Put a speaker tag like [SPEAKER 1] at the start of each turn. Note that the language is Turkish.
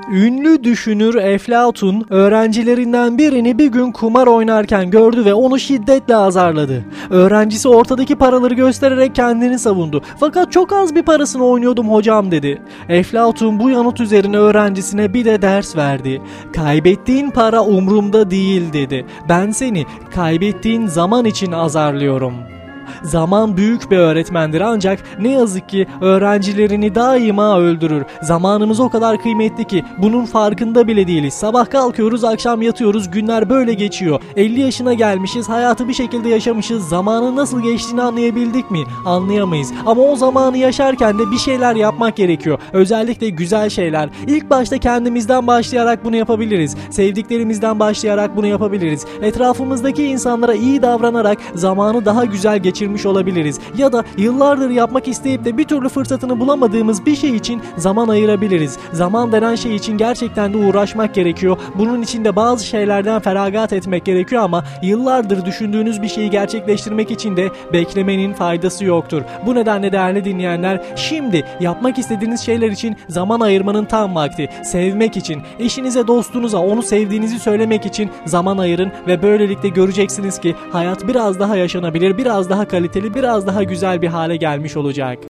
[SPEAKER 1] Ünlü düşünür Eflatun, öğrencilerinden birini bir gün kumar oynarken gördü ve onu şiddetle azarladı. Öğrencisi ortadaki paraları göstererek kendini savundu. Fakat çok az bir parasını oynuyordum hocam dedi. Eflatun bu yanıt üzerine öğrencisine bir de ders verdi. Kaybettiğin para umrumda değil dedi. Ben seni kaybettiğin zaman için azarlıyorum. Zaman büyük bir öğretmendir ancak ne yazık ki öğrencilerini daima öldürür. Zamanımız o kadar kıymetli ki bunun farkında bile değiliz. Sabah kalkıyoruz, akşam yatıyoruz, günler böyle geçiyor. 50 yaşına gelmişiz, hayatı bir şekilde yaşamışız. Zamanın nasıl geçtiğini anlayabildik mi? Anlayamayız. Ama o zamanı yaşarken de bir şeyler yapmak gerekiyor. Özellikle güzel şeyler. İlk başta kendimizden başlayarak bunu yapabiliriz. Sevdiklerimizden başlayarak bunu yapabiliriz. Etrafımızdaki insanlara iyi davranarak zamanı daha güzel geçirmiş olabiliriz. Ya da yıllardır yapmak isteyip de bir türlü fırsatını bulamadığımız bir şey için zaman ayırabiliriz. Zaman denen şey için gerçekten de uğraşmak gerekiyor. Bunun için de bazı şeylerden feragat etmek gerekiyor ama yıllardır düşündüğünüz bir şeyi gerçekleştirmek için de beklemenin faydası yoktur. Bu nedenle değerli dinleyenler, şimdi yapmak istediğiniz şeyler için zaman ayırmanın tam vakti. Sevmek için, eşinize, dostunuza onu sevdiğinizi söylemek için zaman ayırın ve böylelikle göreceksiniz ki hayat biraz daha yaşanabilir, biraz daha kaliteli, biraz daha güzel bir hale gelmiş olacak.